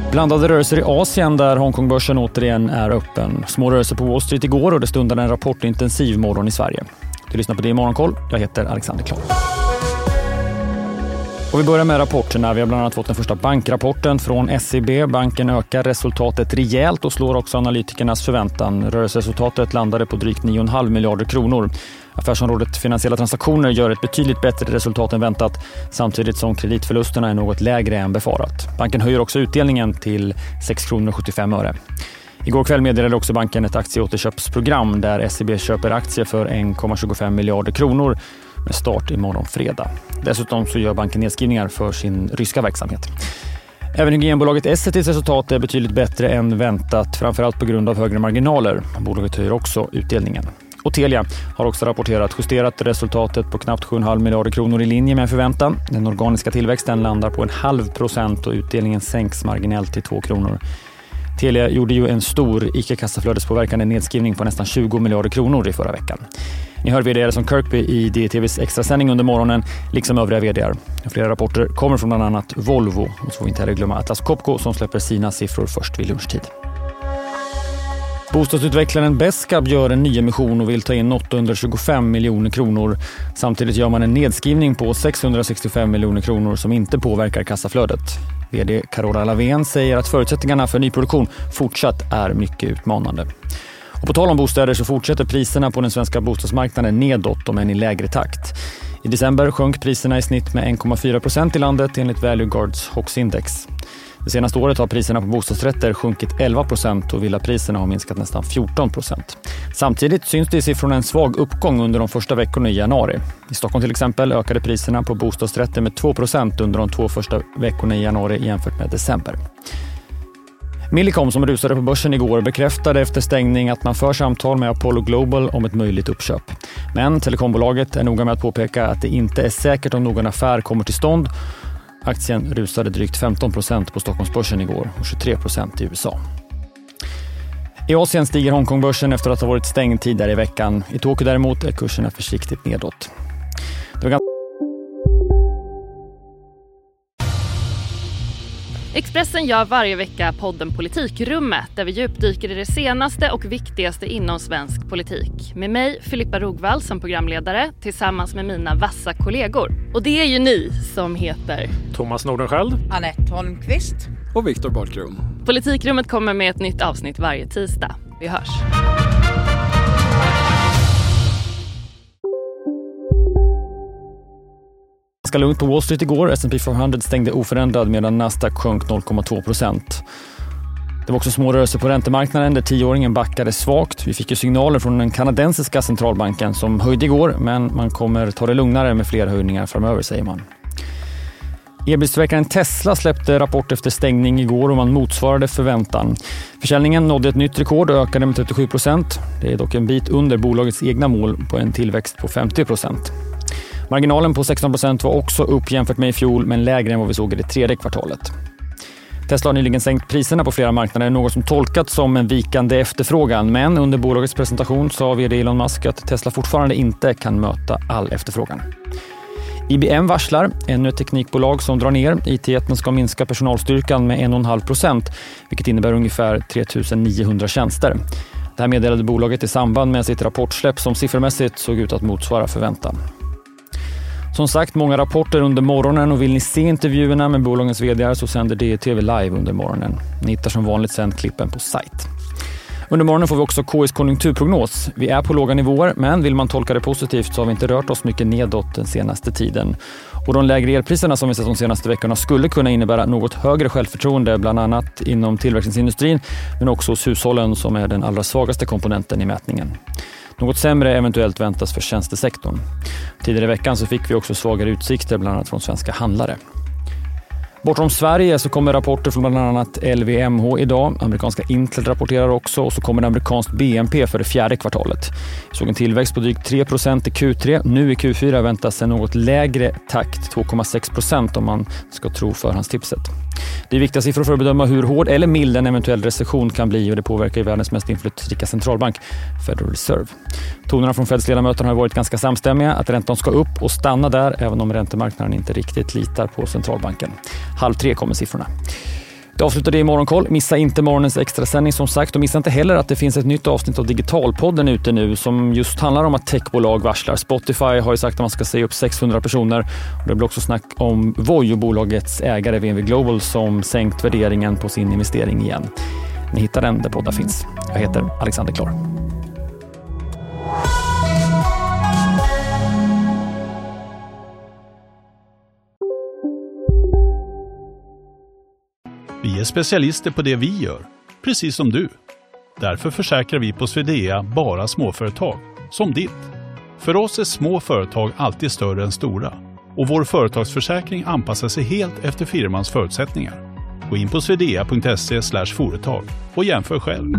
Blandade rörelser i Asien där Hongkongbörsen återigen är öppen. Små rörelser på Wall Street igår och det stundar en rapportintensiv morgon i Sverige. Du lyssnar på det i Morgonkoll. Jag heter Alexander Klar. Och vi börjar med rapporterna. Vi har bland annat fått den första bankrapporten från SEB. Banken ökar resultatet rejält och slår också analytikernas förväntan. Rörelseresultatet landade på drygt 9,5 miljarder kronor. Affärsområdet finansiella transaktioner gör ett betydligt bättre resultat än väntat, samtidigt som kreditförlusterna är något lägre än befarat. Banken höjer också utdelningen till 6,75 kronor. Igår kväll meddelade också banken ett aktieåterköpsprogram där SEB köper aktier för 1,25 miljarder kronor med start imorgon fredag. Dessutom så gör banken nedskrivningar för sin ryska verksamhet. Även hygienbolaget Essetis resultat är betydligt bättre än väntat, framförallt på grund av högre marginaler. Bolaget höjer också utdelningen. Och Telia har också rapporterat justerat resultatet på knappt 7,5 miljarder kronor i linje med förväntan. Den organiska tillväxten landar på 0,5% och utdelningen sänks marginellt till 2 kronor. Telia gjorde ju en stor icke-kassaflödespåverkande nedskrivning på nästan 20 miljarder kronor i förra veckan. Ni hör vd som Kirkby i DTVs extrasändning under morgonen, liksom övriga vd:ar. Flera rapporter kommer från bland annat Volvo, och så får vi inte heller glömma Atlas Copco som släpper sina siffror först vid lunchtid. Bostadsutvecklaren Beskab gör en nyemission och vill ta in 825 miljoner kronor. Samtidigt gör man en nedskrivning på 665 miljoner kronor som inte påverkar kassaflödet. VD Carola Lavén säger att förutsättningarna för nyproduktion fortsatt är mycket utmanande. Och på tal om bostäder så fortsätter priserna på den svenska bostadsmarknaden nedåt, om än i lägre takt. I december sjönk priserna i snitt med 1,4% i landet enligt Value Guards HOX-index. Det senaste året har priserna på bostadsrätter sjunkit 11% och villapriserna har minskat nästan 14%. Samtidigt syns det i siffrorna en svag uppgång under de första veckorna i januari. I Stockholm till exempel ökade priserna på bostadsrätter med 2% under de 2 första veckorna i januari jämfört med december. Millicom som rusade på börsen igår bekräftade efter stängning att man för samtal med Apollo Global om ett möjligt uppköp. Men telekombolaget är noga med att påpeka att det inte är säkert om någon affär kommer till stånd. Aktien rusade drygt 15% på Stockholmsbörsen igår och 23% i USA. I Asien stiger Hongkongbörsen efter att ha varit stängd tidigare i veckan. I Tokyo däremot är kurserna försiktigt nedåt. Expressen gör varje vecka podden Politikrummet där vi djupdyker i det senaste och viktigaste inom svensk politik. Med mig, Filippa Rogvall, som programledare tillsammans med mina vassa kollegor. Och det är ju ni som heter Thomas Nordenskjöld, Anette Holmqvist och Viktor Bartkron. Politikrummet kommer med ett nytt avsnitt varje tisdag. Vi hörs. Ganska lugnt på Wall Street igår. S&P 500 stängde oförändrad medan Nasdaq sjönk 0,2%. Det var också små rörelser på räntemarknaden där 10-åringen backade svagt. Vi fick ju signaler från den kanadensiska centralbanken som höjde igår, men man kommer ta det lugnare med fler höjningar framöver, säger man. Elbilstillverkaren Tesla släppte rapport efter stängning igår och man motsvarade förväntan. Försäljningen nådde ett nytt rekord och ökade med 37%. Det är dock en bit under bolagets egna mål på en tillväxt på 50%. Marginalen på 16% var också upp jämfört med i fjol, men lägre än vad vi såg i det tredje kvartalet. Tesla har nyligen sänkt priserna på flera marknader, något som tolkats som en vikande efterfrågan. Men under bolagets presentation sa vd Elon Musk att Tesla fortfarande inte kan möta all efterfrågan. IBM varslar, ännu ett teknikbolag som drar ner. IT-jätten ska minska personalstyrkan med 1,5%, vilket innebär ungefär 3900 tjänster. Det här meddelade bolaget i samband med sitt rapportsläpp som siffermässigt såg ut att motsvara förväntan. Som sagt, många rapporter under morgonen och vill ni se intervjuerna med bolagens vd:ar så sänder DTV live under morgonen. Ni hittar som vanligt sen klippen på sajt. Under morgonen får vi också KI:s konjunkturprognos. Vi är på låga nivåer, men vill man tolka det positivt så har vi inte rört oss mycket nedåt den senaste tiden. Och de lägre elpriserna som vi sett de senaste veckorna skulle kunna innebära något högre självförtroende, bland annat inom tillverkningsindustrin, men också hos hushållen som är den allra svagaste komponenten i mätningen. Något sämre eventuellt väntas för tjänstesektorn. Tidigare i veckan så fick vi också svagare utsikter bland annat från svenska handlare. Bortom Sverige så kommer rapporter från bland annat LVMH idag. Amerikanska Intel rapporterar också och så kommer det amerikanskt BNP för det fjärde kvartalet. Vi såg en tillväxt på drygt 3% i Q3. Nu i Q4 väntas en något lägre takt, 2,6% om man ska tro förhandstipset. Det är viktiga siffror för att bedöma hur hård eller mild en eventuell recession kan bli och det påverkar ju världens mest inflytelserika centralbank, Federal Reserve. Tonerna från Feds ledamöterna har varit ganska samstämmiga att räntan ska upp och stanna där även om räntemarknaden inte riktigt litar på centralbanken. 2:30 kommer siffrorna. Det avslutar det i Morgonkoll. Missa inte morgonens extrasändning som sagt, och missa inte heller att det finns ett nytt avsnitt av Digitalpodden ute nu som just handlar om att techbolag varslar. Spotify har ju sagt att man ska säga upp 600 personer. Och det blir också snack om Voi och bolagets ägare VNV Global som sänkt värderingen på sin investering igen. Ni hittar den där poddar finns. Jag heter Alexander Klar. Vi är specialister på det vi gör, precis som du. Därför försäkrar vi på Swedea bara småföretag, som ditt. För oss är små företag alltid större än stora. Och vår företagsförsäkring anpassar sig helt efter firmans förutsättningar. Gå in på swedea.se/företag och jämför själv.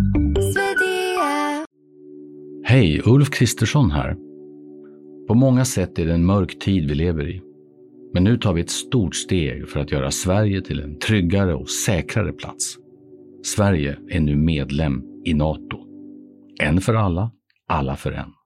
Hej, Ulf Kristersson här. På många sätt är det en mörk tid vi lever i. Men nu tar vi ett stort steg för att göra Sverige till en tryggare och säkrare plats. Sverige är nu medlem i NATO. En för alla, alla för en.